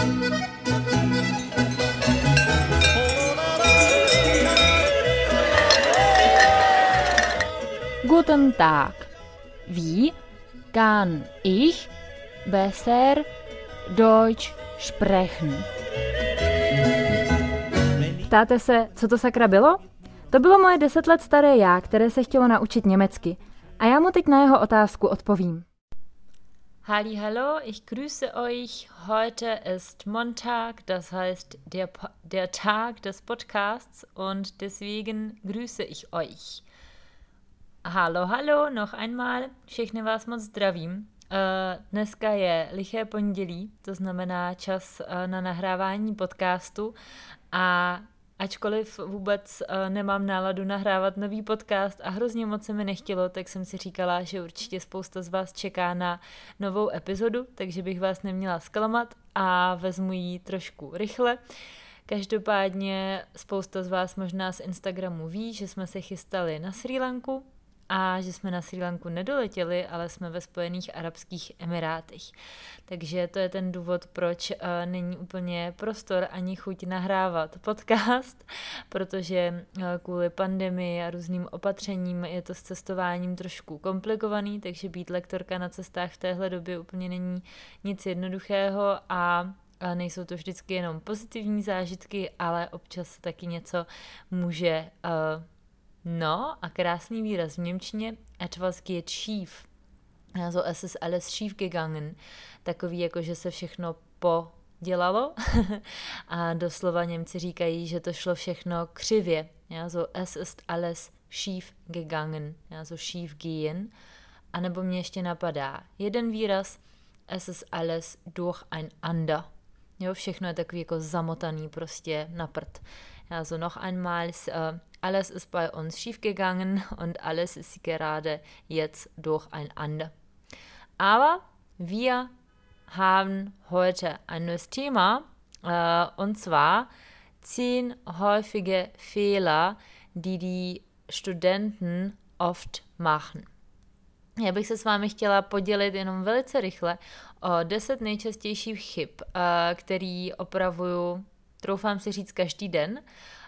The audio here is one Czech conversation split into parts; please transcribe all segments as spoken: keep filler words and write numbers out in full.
Guten Tag. Wie kann ich besser Deutsch sprechen? Ptáte se, co to sakra bylo? To bylo moje deset let staré já, které se chtělo naučit německy. A já mu teď na jeho otázku odpovím. Halli, hallo, ich grüße euch. Heute ist Montag, das heißt der, der Tag des Podcasts und deswegen grüße ich euch. Hallo, hallo, noch einmal, všechny vás moc zdravím. Dneska je liché pondělí, to znamená čas na nahrávání podcastu a ačkoliv vůbec nemám náladu nahrávat nový podcast a hrozně moc se mi nechtělo, tak jsem si říkala, že určitě spousta z vás čeká na novou epizodu, takže bych vás neměla zklamat a vezmu ji trošku rychle. Každopádně spousta z vás možná z Instagramu ví, že jsme se chystali na Srí Lanku a že jsme na Srí Lanku nedoletěli, ale jsme ve Spojených arabských emirátech. Takže to je ten důvod, proč uh, není úplně prostor ani chuť nahrávat podcast, protože uh, kvůli pandemii a různým opatřením je to s cestováním trošku komplikovaný, takže být lektorka na cestách v téhle době úplně není nic jednoduchého a uh, nejsou to vždycky jenom pozitivní zážitky, ale občas taky něco může uh, No, a krásný výraz v němčině, etwas geht schief. Also es ist alles schief gegangen. Takový jako, že se všechno podělalo. A doslova Němci říkají, že to šlo všechno křivě. Also es ist alles schief gegangen. Also schief gehen. A nebo mě ještě napadá jeden výraz, es ist alles durcheinander. Jo, všechno je takový jako zamotaný prostě na prd. Also noch einmal, uh, alles ist bei uns schiefgegangen und alles ist gerade jetzt durcheinander. Aber wir haben heute ein neues Thema, uh, und zwar zehn häufige Fehler, die die Studenten oft machen. Já bych se s vámi chtěla podělit jenom velice rychle o deset nejčastějších chyb, uh, který opravuju, troufám si říct, každý den.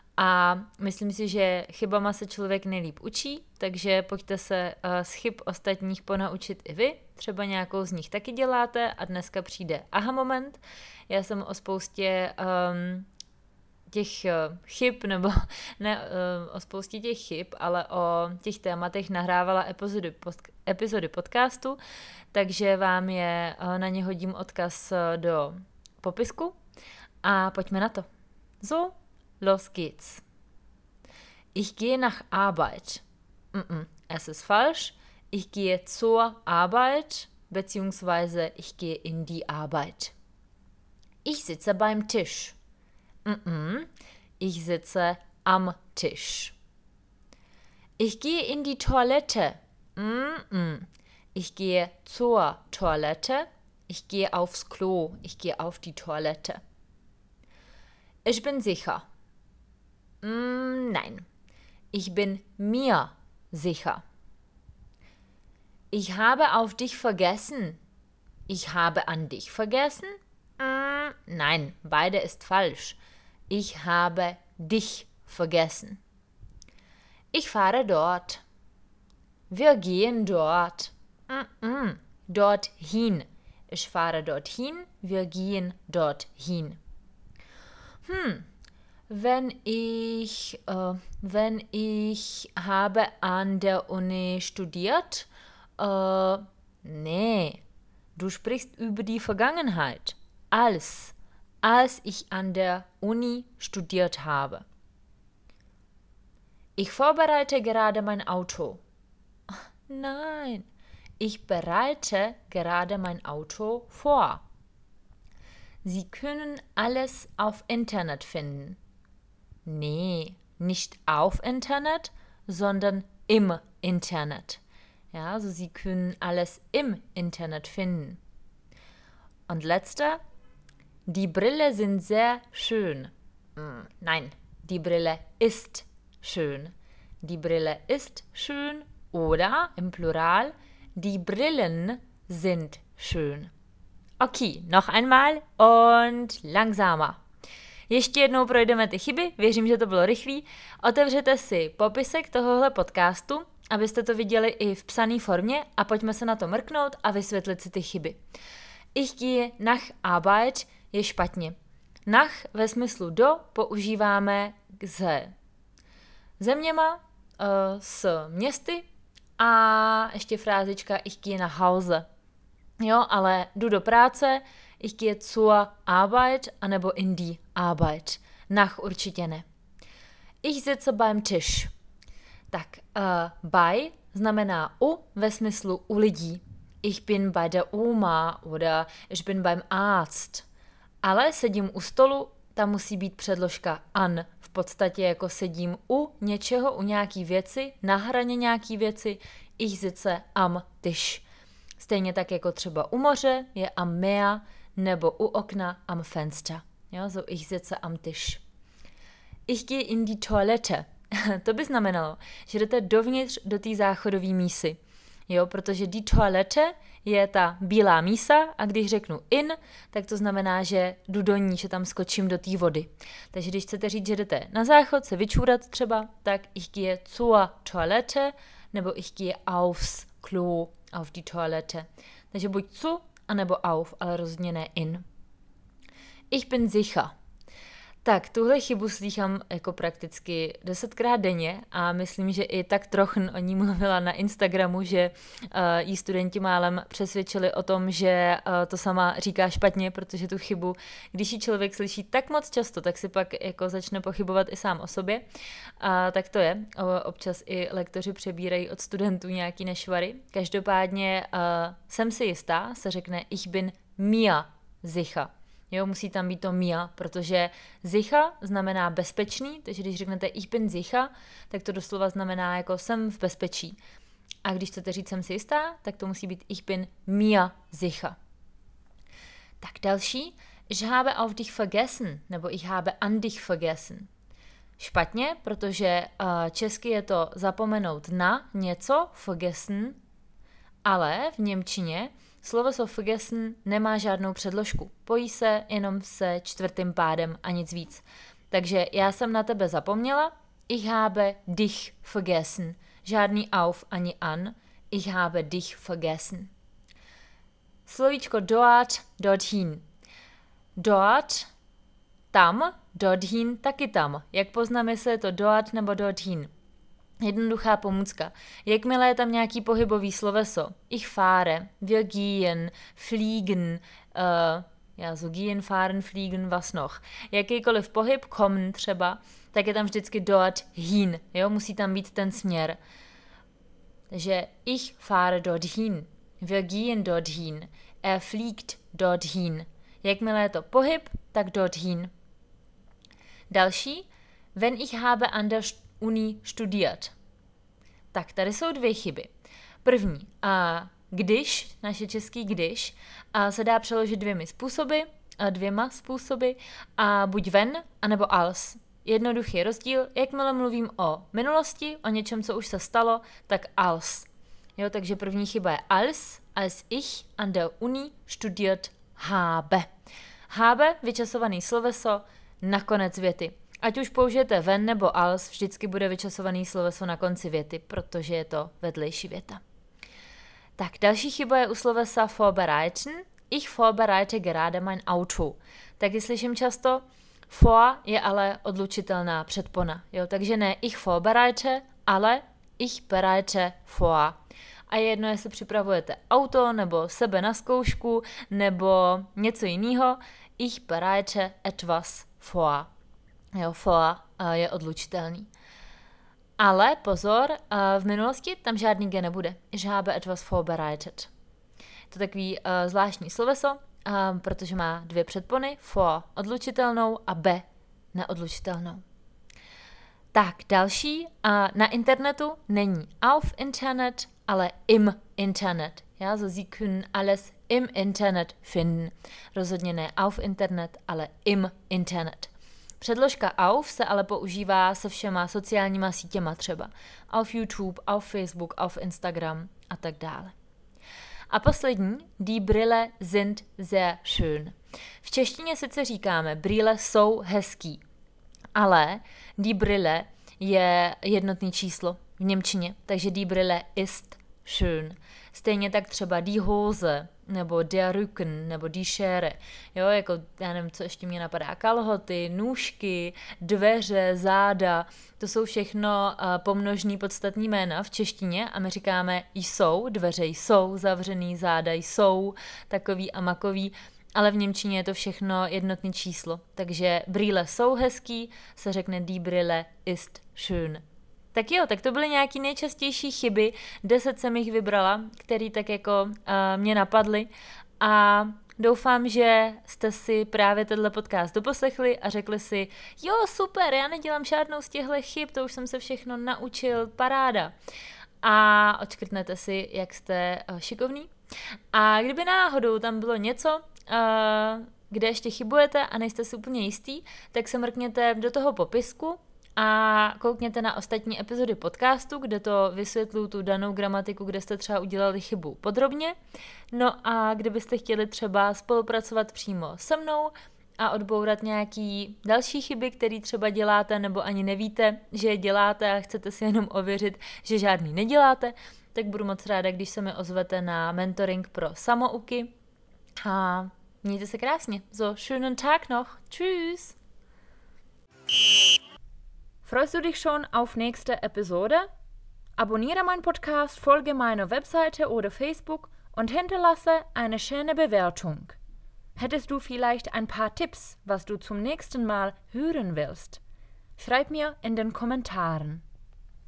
A myslím si, že chybama se člověk nejlíp učí, takže pojďte se uh, z chyb ostatních ponaučit i vy. Třeba nějakou z nich taky děláte a dneska přijde aha moment. Já jsem o spoustě um, těch uh, chyb, nebo ne uh, o spoustě těch chyb, ale o těch tématech nahrávala epizody, post, epizody podcastu, takže vám je uh, na ně hodím odkaz uh, do popisku a pojďme na to. So, los geht's. Ich gehe nach Arbeit. Mm-mm, es ist falsch. Ich gehe zur Arbeit, beziehungsweise ich gehe in die Arbeit. Ich sitze beim Tisch. Mm-mm, ich sitze am Tisch. Ich gehe in die Toilette. Mm-mm, ich gehe zur Toilette. Ich gehe aufs Klo. Ich gehe auf die Toilette. Ich bin sicher. Mm, nein, ich bin mir sicher. Ich habe auf dich vergessen. Ich habe an dich vergessen? Mm, nein, beide ist falsch. Ich habe dich vergessen. Ich fahre dort. Wir gehen dort. Mm-mm, dorthin. Ich fahre dorthin. Wir gehen dorthin. Hm, wenn ich, äh, wenn ich habe an der Uni studiert, äh, nee, du sprichst über die Vergangenheit, als, als ich an der Uni studiert habe. Ich vorbereite gerade mein Auto. Nein, ich bereite gerade mein Auto vor. Sie können alles auf Internet finden. Nee, nicht auf Internet, sondern im Internet. Ja, also Sie können alles im Internet finden. Und letzter, die Brille sind sehr schön. Hm, nein, die Brille ist schön. Die Brille ist schön oder im Plural, die Brillen sind schön. Okay, noch einmal und langsamer. Ještě jednou projdeme ty chyby, věřím, že to bylo rychlý. Otevřete si popisek tohohle podcastu, abyste to viděli i v psané formě a pojďme se na to mrknout a vysvětlit si ty chyby. Ich gehe nach Arbeit je špatně. Nach ve smyslu do používáme se zeměma, s městy a ještě frázička ich gehe nach Hause. Jo, ale jdu do práce, ich gehe zur Arbeit, anebo in die Arbeit. Nach určitě ne. Ich sitze beim Tisch. Tak, uh, bei znamená u ve smyslu u lidí. Ich bin bei der Oma oder ich bin beim Arzt. Ale sedím u stolu, tam musí být předložka an. V podstatě jako sedím u něčeho, u nějaký věci, na hraně nějaký věci. Ich sitze am Tisch. Stejně tak jako třeba u moře je am Meer, nebo u okna am Fenster. Jo, so ich sitze am Tisch. Ich gehe in die Toilette. To by znamenalo, že jdete dovnitř do té záchodové mísy. Jo, protože die Toilette je ta bílá mísa a když řeknu in, tak to znamená, že jdu do ní, že tam skočím do té vody. Takže když chcete říct, že jdete na záchod, se vyčůrat třeba, tak ich gehe zur Toilette nebo ich gehe aufs Klo, auf die Toilette. Takže buď zu, anebo auf, ale rozhodně ne in. Ich bin sicher. Tak, tuhle chybu slýchám jako prakticky desetkrát denně a myslím, že i tak trochu o ní mluvila na Instagramu, že uh, jí studenti málem přesvědčili o tom, že uh, to sama říká špatně, protože tu chybu, když ji člověk slyší tak moc často, tak si pak jako začne pochybovat i sám o sobě. A tak to je. O, občas i lektoři přebírají od studentů nějaký nešvary. Každopádně uh, jsem si jistá, se řekne ich bin mir sicher. Jo, musí tam být to mia, protože sicher znamená bezpečný, takže když řeknete ich bin sicher, tak to doslova znamená jako jsem v bezpečí. A když chcete říct jsem si jistá, tak to musí být ich bin mir sicher. Tak další, ich habe auf dich vergessen, nebo ich habe an dich vergessen. Špatně, protože uh, česky je to zapomenout na něco, vergessen, ale v němčině slovo vergessen nemá žádnou předložku. Pojí se jenom se čtvrtým pádem a nic víc. Takže já jsem na tebe zapomněla, ich habe dich vergessen. Žádný auf ani an, ich habe dich vergessen. Slovíčko dort, dorthin. Dort, tam, dorthin, taky tam. Jak poznáme, jestli je to dort nebo dorthin? Jednoduchá pomůcka. Jakmile je tam nějaký pohybový sloveso, ich fahre, wir gehen, fliegen, uh, ja, so gehen, fahren, fliegen, was noch. Jakýkoliv pohyb, kommen třeba, tak je tam vždycky dort hin, jo, musí tam být ten směr. Takže ich fahre dorthin, wir gehen dorthin, er fliegt dorthin. Jakmile je to pohyb, tak dorthin. Další, wenn ich habe an der Uni studiert. Tak tady jsou dvě chyby. První, a když, naše český když, a se dá přeložit dvěmi způsoby, a dvěma způsoby, a buď ven, anebo als. Jednoduchý rozdíl, jakmile mluvím o minulosti, o něčem, co už se stalo, tak als. Jo, takže první chyba je als, als ich an der Uni studiert habe. Habe, vyčasovaný sloveso, na konec věty. Ať už použijete ven nebo als, vždycky bude vyčasovaný sloveso na konci věty, protože je to vedlejší věta. Tak další chyba je u slovesa vorbereiten. Ich vorbereite gerade mein Auto. Taky slyším často, vor je ale odlučitelná předpona. Jo? Takže ne ich vorbereite, ale ich bereite vor. A je jedno, jestli připravujete auto, nebo sebe na zkoušku, nebo něco jiného. Ich bereite etwas vor. Jo, vor je odlučitelný. Ale pozor, v minulosti tam žádný G nebude. Ich habe etwas vorbereitet. To je takový uh, zvláštní sloveso, uh, protože má dvě předpony, vor odlučitelnou a be neodlučitelnou. Tak, další. Uh, na internetu není auf Internet, ale im Internet. Ja, so Sie können alles im Internet finden. Rozhodně ne auf Internet, ale im Internet. Předložka auf se ale používá se všema sociálníma sítěma třeba. Auf YouTube, auf Facebook, auf Instagram a tak dále. A poslední, die Brille sind sehr schön. V češtině sice říkáme, brýle jsou hezký, ale die Brille je jednotné číslo v němčině, takže die Brille ist schön. Stejně tak třeba die Hose, nebo der Rücken, nebo die Schere. Jo, jako, já nevím, co ještě mě napadá, kalhoty, nůžky, dveře, záda, to jsou všechno uh, pomnožný podstatný jména v češtině a my říkáme jsou, dveře jsou zavřený, záda jsou, takový a makový, ale v němčině je to všechno jednotné číslo. Takže brýle jsou hezký, se řekne die Brille ist schön. Tak jo, tak to byly nějaký nejčastější chyby, deset jsem jich vybrala, které tak jako uh, mě napadly a doufám, že jste si právě tenhle podcast doposlechli a řekli si, jo super, já nedělám žádnou z těchto chyb, to už jsem se všechno naučil, paráda. A odškrtnete si, jak jste uh, šikovný. A kdyby náhodou tam bylo něco, uh, kde ještě chybujete a nejste si úplně jistý, tak se mrkněte do toho popisku a koukněte na ostatní epizody podcastu, kde to vysvětluju tu danou gramatiku, kde jste třeba udělali chybu podrobně. No a kdybyste chtěli třeba spolupracovat přímo se mnou a odbourat nějaký další chyby, které třeba děláte nebo ani nevíte, že je děláte a chcete si jenom ověřit, že žádný neděláte, tak budu moc ráda, když se mi ozvete na mentoring pro samouky. A mějte se krásně. So, schönen Tag noch. Tschüss. Freust du dich schon auf nächste Episode? Abonniere meinen Podcast, folge meiner Webseite oder Facebook und hinterlasse eine schöne Bewertung. Hättest du vielleicht ein paar Tipps, was du zum nächsten Mal hören willst? Schreib mir in den Kommentaren.